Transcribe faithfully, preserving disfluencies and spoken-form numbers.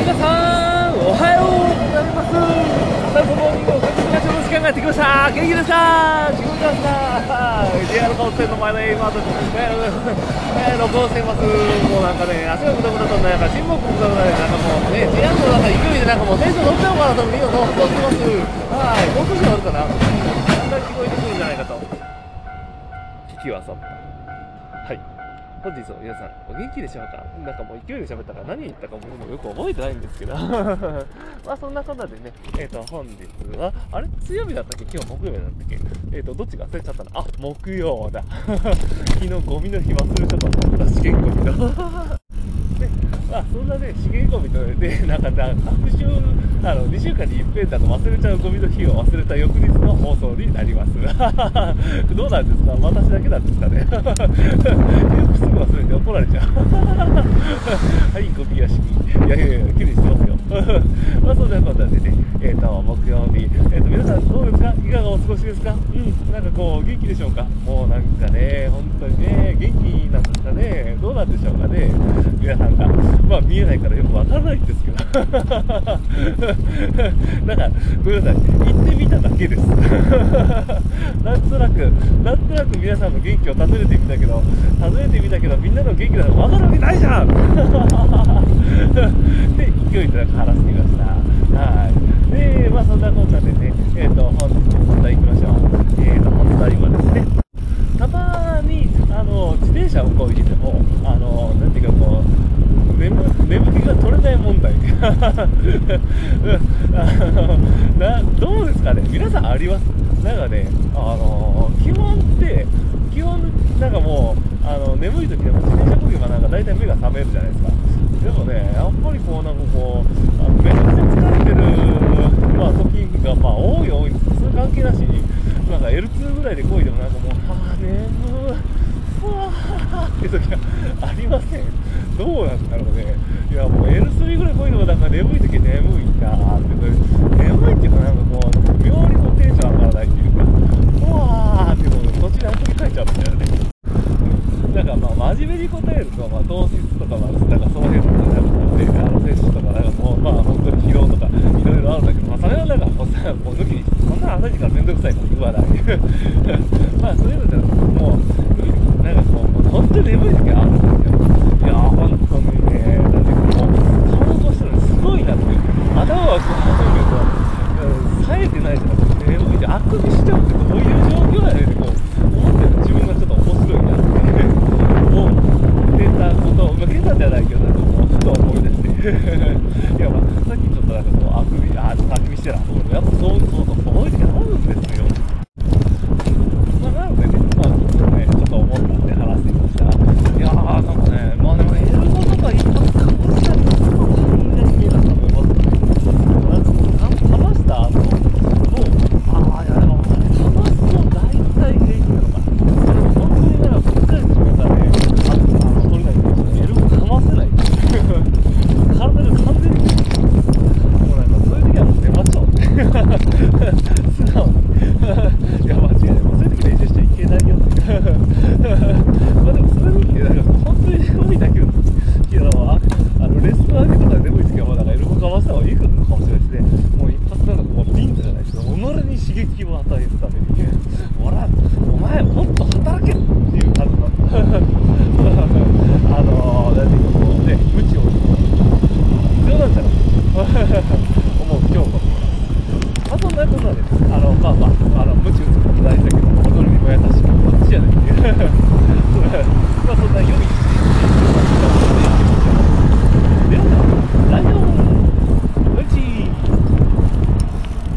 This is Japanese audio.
皆さん、おはようございます。朝のモーニングを感じるラジオの時間がやってきました。元気ですか？仕事ですか？ ジェイアール カオス線の前で今、えー、録音しています。もうなんかね、足がぐだぐだとなんか、心拍もぐだぐだで、なんかもうね、ジェイアール のなんか勢いでなんかもうテンション乗っちゃうかなというのを録音してます。はい、もう少しあるかな。だんだん聞こえてくるんじゃないかと。聞きはそった。はい。本日も皆さんお元気でしょうか。なんかもう勢いで喋ったから何言ったかもうよく覚えてないんですけどまあそんなことでね、えっ、ー、と本日はあれ水曜日だったっけ、今日木曜日だったっけ、えっ、ー、とどっちか忘れちゃったなあ、木曜だ昨日ゴミの日忘れちゃったんだ、試験ゴミので、まあそんなね、資源ゴミとね、なんかな、各週、あの、にしゅうかんに一遍だと忘れちゃうゴミの日を忘れた翌日の放送になります。どうなんですか？私だけなんですかね。よくすぐ忘れて怒られちゃう。はい、ゴミ屋敷。いやいやいや、きれいにしてますよ。まあそんなことでね、えっ、ー、と、木曜日、えっ、ー、と、皆さんどうですか？いかがお過ごしですか？うん、なんかこう、元気でしょうか？もうなんかね、本当にね、元気なんですかね。どうなんでしょうかね。皆さんが、まあ見えないからよくわからないんですけどなんかごめんなさい、行ってみただけですなんとなくなんとなく皆さんの元気を尋ねてみたけど尋ねてみたけどみんなの元気なのわかるわけないじゃんで勢いでなんか話してみました。はい。でまあそんなこんなでね、えっ、ー、と本日本題行きましょう。えっ、ー、と本題はですね、たまにあの自転車をこう入れてもあのなんていうかこう 眠, 眠気が取れない問題な、どうですかね、皆さんあります？なんかね、あの基本って基本なんかもうあの眠い時でも自転車こげばなんか大体目が覚めるじゃないですか。でもね、やっぱりこうなんかこうあのめちゃくちゃ疲れてる、まあ、時がまあ多い多いんです。それ関係なしになんか エルツー ぐらいでこいでもなんかもうはぁ眠いふわーって時がありません？どうなんだろうね。いやもう エルスリー ぐらいこいでもなんか眠い時眠いんだーって、眠いっていうかなんかこう妙にこうテンション上がらないっていうか、ふわーってこう途中であくびかいちゃうみたいなね。なんかまあ真面目に答えると、まあ、糖質とか、まあ、なんかその辺のなんか、ね、あの摂取とか、なんかもう、まあ、本当に疲労とか、いろいろあるんだけど、まあ、それはなんか、もうさ、もう抜きにして、そんな朝時からめんどくさいから言わない。まあ、そういうのじゃなくて、もう、なんかこう、もう本当に眠い時があるんですよ。いやー、本当にね、なんていうか、もう、顔としてのすごいなっていう、頭はこう、冴えてないじゃなくて、眠いで、あくびしちゃうってどういう状況やねんって、こう、思ってる自分がちょっと面白いなって。を出たことを、まあ、出たんじゃないけど、なんかもうふと思い出していやまあさっきちょっとなんかこうあくび、ああちょっとあくびしてらと思って、やっぱそうそうそうそういう時あるんですよ。まあなのでね、まあちょっとね、ちょっと思ったんで話してみました。いやーなんかね、まあでも英語とか一発かもしれないけど、すごくいいだけだと思いますね。なんかこう話した後もう、ああいやでも話すと大体平気なのかな。でも本当になんかこっかり自分がね、あの取れないんですよね。エルゴかませない体が完全にもうなんかそういう時はもう出ましょうね素直にいや間違いない、もうそういう時練習しちゃいけないよってまあでもそういう時なんか本当に眠いだけどけどああのレストランとかで眠い時はもうなんかエルゴかませた方がいいかもしれないですね。もう一発なんかこうビンタじゃないですか、己に刺激を与えるために俺はお前もっと働けっていう感じのあのー、なんていうかこうね、無知を必要なんじゃない思う今日も。まあそんなことで、あの、まあまあ、あの、無知打つこと大事だけど、踊りにも優しく、こっちじゃないっていう